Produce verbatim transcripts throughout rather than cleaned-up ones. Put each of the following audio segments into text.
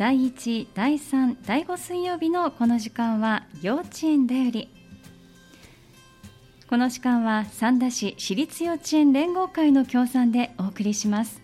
だいいち、だいさん、だいご水曜日のこの時間は幼稚園だより。この時間は三田市私立幼稚園連合会の協賛でお送りします。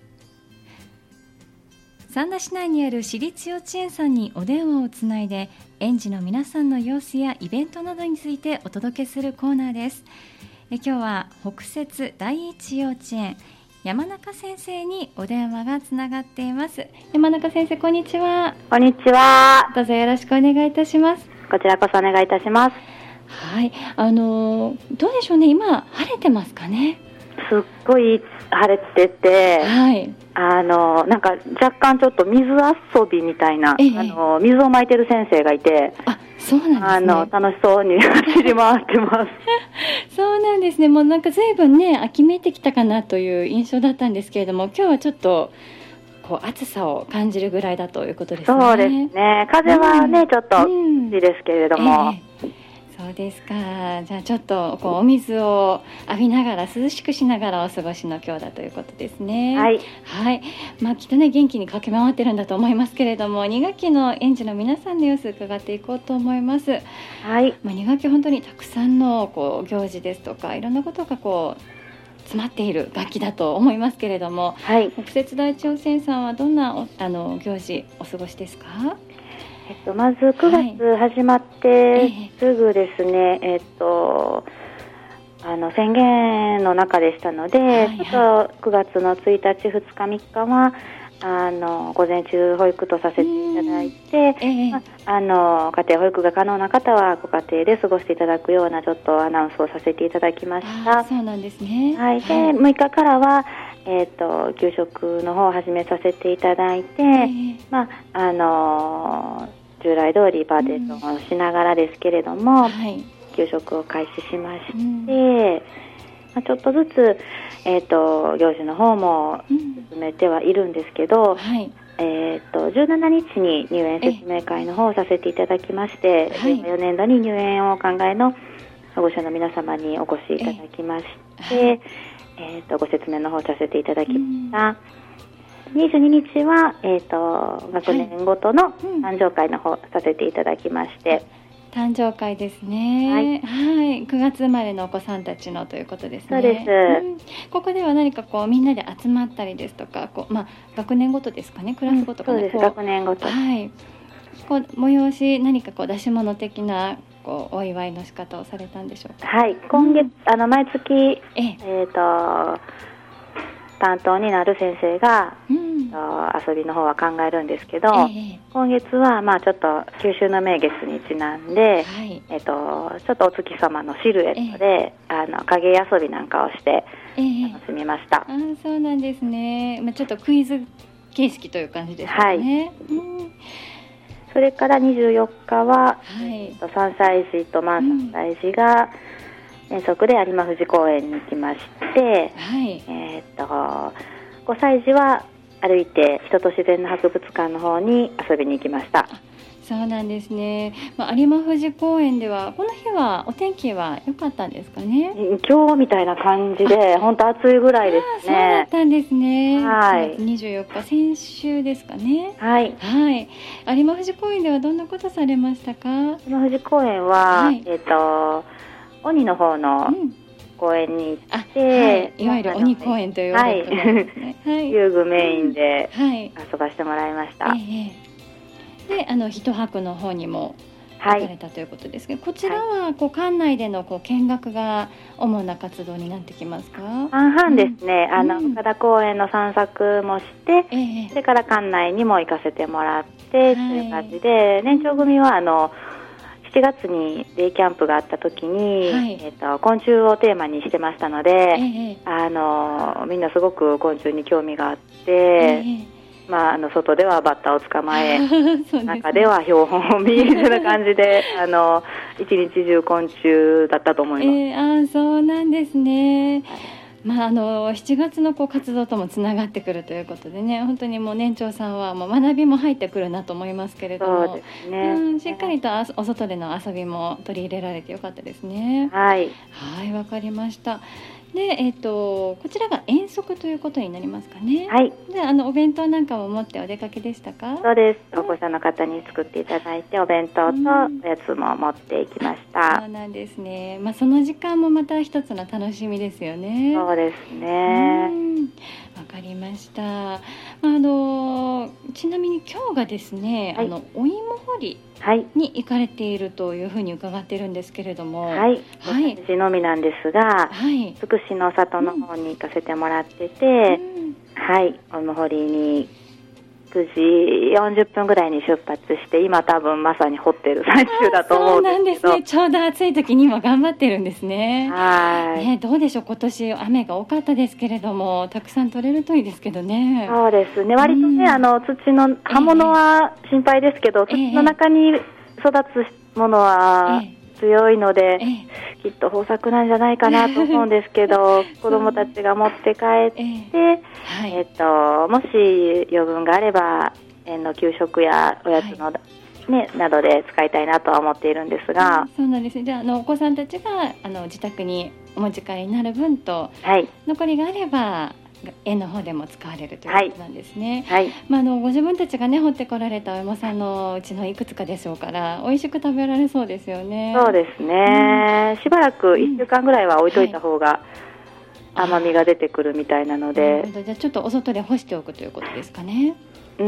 三田市内にある私立幼稚園さんにお電話をつないで、園児の皆さんの様子やイベントなどについてお届けするコーナーです。え今日は北摂第一幼稚園山中先生にお電話がつながっています。山中先生、こんにちは。 こんにちは。 どうぞよろしくお願いいたします。 こちらこそお願いいたします。 はい、あのー、どうでしょうね、今晴れてますかね。 すっごい晴れてて、 はい、あのなんか若干ちょっと水遊びみたいな、ええ、あの水をまいてる先生がいて、 あ、そうなんですね、 あの楽しそうに走り回ってますそうなんですね。もうなんか随分ね秋めいてきたかなという印象だったんですけれども、今日はちょっとこう暑さを感じるぐらいだということですね。 そうですね、風はね、うん、ちょっといいですけれども、ええ、 そうですか。じゃあちょっとこうお水を浴びながら涼しくしながらお過ごしの今日だということですね。 はい、 はい、まあ、きっとね元気に駆け回ってるんだと思いますけれども、に学期の園児の皆さんの様子伺っていこうと思います。 はい、 まあ、に学期本当にたくさんのこう行事ですとかいろんなことがこう詰まっている学期だと思いますけれども、 はい、 北摂第一幼稚園さんはどんなあの行事お過ごしですか？ えっと、まずくがつ始まってすぐですね、はい、えっと、あの宣言の中でしたので、はいはい、ちょっとくがつのついたち、ふつか、みっかはあの午前中保育とさせていただいて、えーまあ、あの家庭保育が可能な方はご家庭で過ごしていただくようなちょっとアナウンスをさせていただきました。 そうなんですね。 はい、で、はい、むいかからはえー、と給食の方を始めさせていただいて、えーまああのー、従来通りパーテーションをしながらですけれども、うん、はい、給食を開始しまして、うん、まあ、ちょっとずつ、えー、と行事の方も進めてはいるんですけど、うん、はい、えー、とじゅうしちにちに入園説明会の方をさせていただきまして、はい、よねんどに入園をお考えの保護者の皆様にお越しいただきまして、えーはいえー、とご説明の方させていただきました。にじゅうににちは、えー、と学年ごとの誕生会の方させていただきまして、はい、 誕生会ですね、はいはい、くがつ生まれのお子さんたちのということですね。 そうです、 うん、ここでは何かこうみんなで集まったりですとかこう、まあ、学年ごとですかね、クラスごとか、ね、 うん、そうです、学年ごと、 はい、こう催し何かこう出し物的なこうお祝いの仕方をされたんでしょうか？ はい、今月、うん、あの毎月、ええー、と担当になる先生が、うん、遊びの方は考えるんですけど、えー、今月はまあちょっと九州の名月にちなんで、はい、えー、とちょっとお月様のシルエットで、えー、あの影遊びなんかをして楽しみました。 えー、あ、そうなんですね、まあ、ちょっとクイズ形式という感じですかね。はい、うん、 それからにじゅうよっかは、はい、さんさい児と満さんさい児が遠足で有馬富士公園に行きまして、はい、えー、とごさい児は歩いて人と自然の博物館の方に遊びに行きました。 そうなんですね、まあ、有馬富士公園ではこの日はお天気は良かったんですかね？ 今日みたいな感じで本当暑いぐらいですね。 そうだったんですね。 はい、 くがつにじゅうよっか、先週ですかね。 はい、 はい、有馬富士公園ではどんなことされましたか？ 有馬富士公園は、はい、えー、と鬼の方の公園に行って、うんはい、 いわゆる鬼公園ということですね、はい、 遊具メインで遊ばせてもらいました。 えー、であの一泊の方にも行かれたということですけど、はい、こちらはこう館内でのこう見学が主な活動になってきますか？ 半々ですね、うん、あの岡田公園の散策もして、えー、それから館内にも行かせてもらって、はい、という感じで、年長組はあのしちがつにデイキャンプがあった時に、はい、えー、と昆虫をテーマにしてましたので、えー、あのみんなすごく昆虫に興味があって、えーまあ、あの外ではバッタを捕まえ、ね、中では標本を見るような感じであの一日中昆虫だったと思います。 えー、あ、そうなんですね。はい、まあ、あのしちがつのこう活動ともつながってくるということでね、本当にもう年長さんはもう学びも入ってくるなと思いますけれども、 そうですね、 うん、しっかりとお外での遊びも取り入れられてよかったですね。 はい、 はい、わかりました。 で、えー、とこちらが遠足ということになりますかね。 はい。 で、あのお弁当なんかも持ってお出かけでしたか？ そうです。お子さんの方に作っていただいて、お弁当とおやつも持っていきました。 そうなんですね。まあ、その時間もまた一つの楽しみですよね。 そうですね。 わかりました。あのちなみに今日がですね、はい、あのお芋掘りに行かれているというふうに伺っているんですけれども、 はい、はい、私のみなんですが、はい、つくしの里の方に行かせてもらってて、うん、はい、お芋掘りにくじよんじゅっぷんぐらいに出発して、今多分まさに掘ってる最中だと思うんですけど。 そうなんですね。ちょうど暑い時に今頑張ってるんですね。 はい、 ね、どうでしょう、今年雨が多かったですけれども、たくさん取れるといいですけどね。 そうですね、割とね、うん、あの土の葉物は心配ですけど、えー、土の中に育つものは強いので、えーえー、きっと豊作なんじゃないかなと思うんですけど子どもたちが持って帰って、えーはいえー、ともし余分があれば園の給食やおやつの、はいね、などで使いたいなとは思っているんですが、 うん、そうなんです。じゃあ、あのお子さんたちがあの自宅にお持ち帰りになる分と、はい、残りがあれば園の方でも使われるということなんですね。はいはい、まあ、あのご自分たちがね掘ってこられたお芋さんのうちのいくつかでしょうから美味しく食べられそうですよね。 そうですね、うん、しばらくいっしゅうかんぐらいは置いといた方が甘みが出てくるみたいなので、 うん、じゃあちょっとお外で干しておくということですかね。 うん、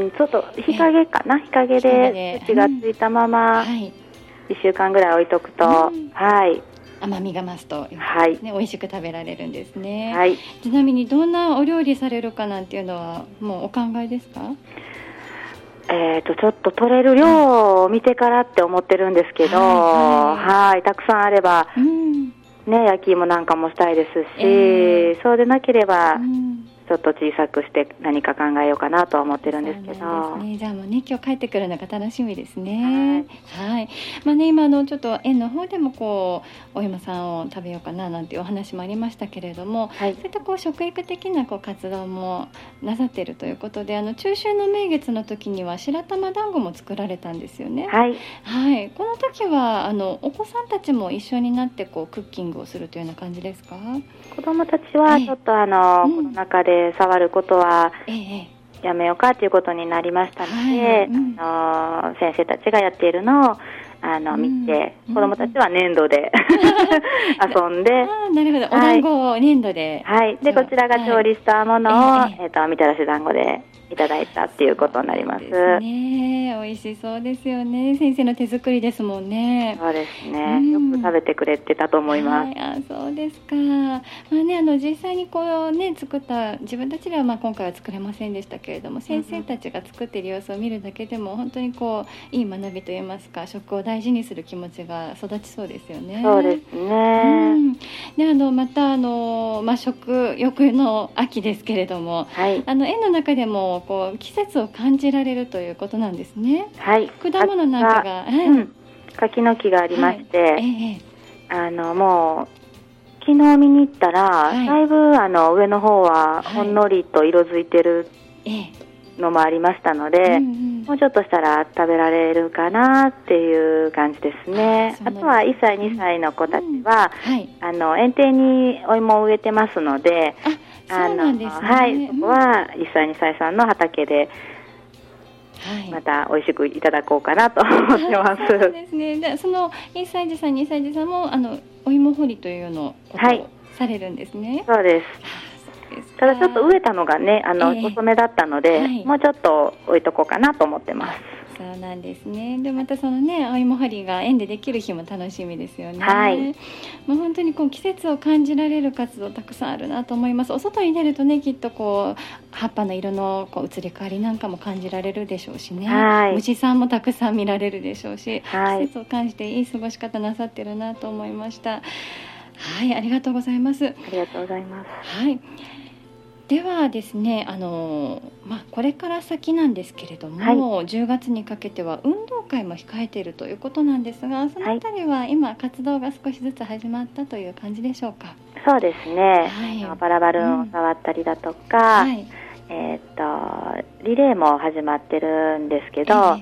ちょっと日陰かな、日陰で土がついたままいっしゅうかんぐらい置いとくと、うん、はい甘みが増すと、ね、はい、美味しく食べられるんですね。はい、ちなみにどんなお料理されるかなんていうのはもうお考えですか？ えーとちょっと取れる量を見てからって思ってるんですけど、はいはいはい、たくさんあれば、うんね、焼き芋なんかもしたいですし、えー、そうでなければ、うんちょっと小さくして何か考えようかなとは思ってるんですけど。そうなんですね。 じゃあもうね、今日帰ってくるのが楽しみですね。はい。はい、まあね、今のちょっと園の方でもこうお芋さんを食べようかななんていうお話もありましたけれども、はい、そういったこう食育的なこう活動もなさっているということで、あの中秋の名月の時には白玉団子も作られたんですよね。はい。はい。この時はあのお子さんたちも一緒になってこうクッキングをするというような感じですか？ 子供たちはちょっとあの、うん、この中で触ることはやめようかということになりましたので、はいうん、あの先生たちがやっているのをあの見て、うん、子どもたちは粘土で遊んで、 あなるほど、お団子を粘土で、 はい、でこちらが調理したものを、はいえーと、みたらし団子でいただいたっていうことになります。そうですね、 美味しそうですよね。先生の手作りですもんね。 そうですね、うん、よく食べてくれてたと思います。はい、 あそうですか。まあね、あの実際にこうね作った自分たちではまあ今回は作れませんでしたけれども、先生たちが作っている様子を見るだけでも本当にこういい学びといいますか、食を大事にする気持ちが育ちそうですよね。 そうですね。うん、 であのまたあの、まあ、食欲の秋ですけれども、はい、あの園の中でもこう季節を感じられるということなんですね。はい、果物なんかが、はい、 うん、柿の木がありまして、はいええ、あのもう昨日見に行ったら、はい、だいぶあの上の方はほんのりと色づいてるのもありましたので、はいええうんうん、もうちょっとしたら食べられるかなっていう感じですね。 あ, あとはいっさいにさいの子たちは、うんはい、あの園庭にお芋を植えてますので、 あそうなんですね。 はい、そこはいっさいにさいさんの畑でまた美味しくいただこうかなと思ってます。 そうですね。でそのいっさい児さんにさい児さんもあのお芋掘りというのをされるんですね。 はい、そうです。ただちょっと植えたのがねあの、えー、遅めだったので、はい、もうちょっと置いとこうかなと思ってます。 そうなんですね。でまたそのねお芋掘りが園でできる日も楽しみですよね。はい。もう本当にこう季節を感じられる活動たくさんあるなと思います。お外に出るとねきっとこう葉っぱの色のこう移り変わりなんかも感じられるでしょうしね。はい。虫さんもたくさん見られるでしょうし、はい、季節を感じていい過ごし方なさってるなと思いました。はい、ありがとうございます。 ありがとうございます。 はい。ではですね、あのまあ、これから先なんですけれども、はい、じゅうがつにかけては運動会も控えているということなんですが、そのあたりは今活動が少しずつ始まったという感じでしょうか？ そうですね、はい、パラバルーンを触ったりだとか、うんはい、えー、っとリレーも始まってるんですけど、えー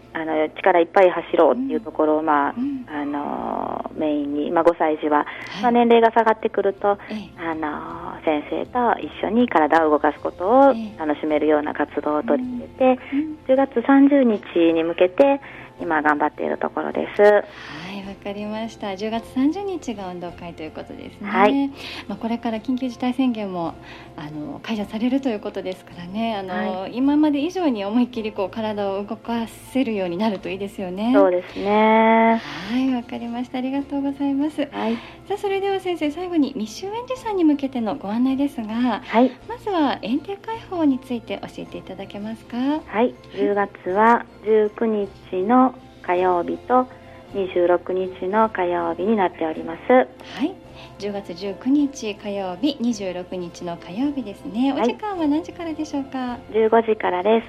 あの力いっぱい走ろうっていうところを、まあうんあのメインに、まあ、ごさい児は、 はいまあ、年齢が下がってくると、 ええあの先生と一緒に体を動かすことをええ楽しめるような活動を取り入れて、 うんじゅうがつさんじゅうにちに向けて今頑張っているところです。 はい、わかりました。じゅうがつさんじゅうにちが運動会ということですね。 はい。 まあ、これから緊急事態宣言もあの解除されるということですからね、あの、 は今まで以上に思いっきりこう体を動かせるようになるといいですよね。 そうですね。 はい、わかりました。ありがとうございます。 はい。 さあ、それでは先生、最後に未就園児さんに向けてのご案内ですが、 はい。 まずは園庭開放について教えていただけますか？ はい。じゅうがつはじゅうくにちの火曜日とにじゅうろくにちの火曜日になっております。 はい、じゅうがつじゅうくにち火曜日、にじゅうろくにちの火曜日ですね。お時間は何時からでしょうか？ じゅうごじからです。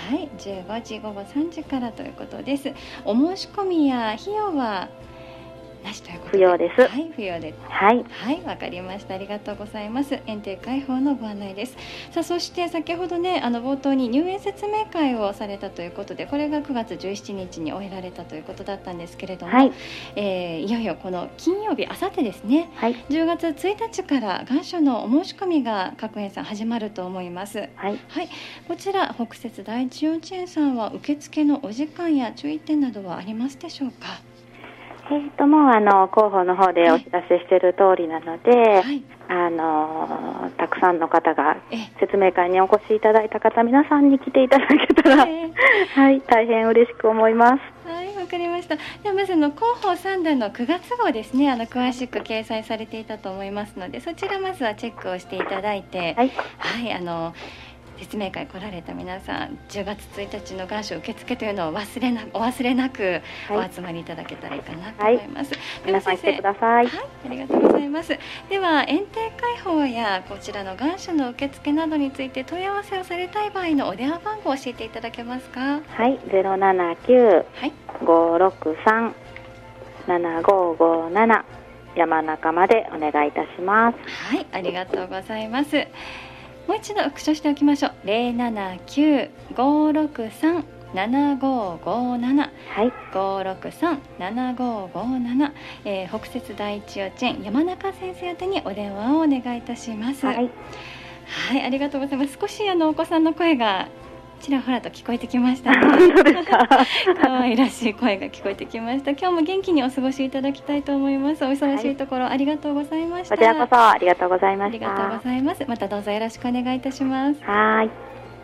はい、じゅうごじごごさんじからということです。お申し込みや費用はなしということで。 不要です。 はい、不要です。 はい。 はい、わかりました。ありがとうございます。園庭開放のご案内です。さあ、そして先ほどね、あの冒頭に入園説明会をされたということで、これがくがつじゅうしちにちに終えられたということだったんですけれども、 はい。 えーいよいよこの金曜日、あさってですね、 はい。 じゅうがつついたちから願書のお申し込みが各園さん始まると思います。 はい。 はい、こちら北摂第一幼稚園さんは受付のお時間や注意点などはありますでしょうか？ えーともうあの広報の方でお知らせしている通りなので、 はい、 あのたくさんの方がえ説明会にお越しいただいた方皆さんに来ていただけたら、 えーはい大変嬉しく思います。 はい、わかりました。ではまずの広報さんだんのくがつ号ですね、あの詳しく掲載されていたと思いますので、そちらまずはチェックをしていただいて、 はい、 はい、あの説明会来られた皆さん、じゅうがつついたちの願書受付というのを忘れなお忘れなくお集まりいただけたらいいかなと思います。 はい、皆さん来てください。 はい、ありがとうございます。では園庭開放やこちらの願書の受付などについて問い合わせをされたい場合のお電話番号を教えていただけますか？ はい、ゼロななきゅうはい、 ごろくさんななごごなな山中までお願いいたします。 はい、ありがとうございます。もう一度復唱しておきましょう。ゼロななきゅうごろくさんななごごなな、 はい、 ごろくさんななごごなな、えー、北摂第一幼稚園山中先生宛てにお電話をお願いいたします。 はい、 はい、ありがとうございます。少しあのお子さんの声がちらほらと聞こえてきましたね。 本当ですか？ 可愛らしい声が聞こえてきました。今日も元気にお過ごしいただきたいと思います。お忙しいところ、はい、ありがとうございました。 こちらこそありがとうございました。 ありがとうございます。またどうぞよろしくお願いいたします。 はい。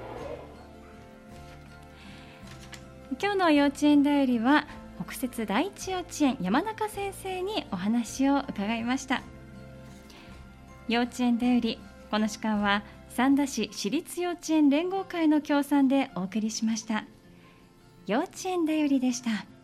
今日の幼稚園だよりは北摂第一幼稚園山中先生にお話を伺いました。幼稚園だより、この時間は三田市私立幼稚園連合会の協賛でお送りしました。幼稚園だよりでした。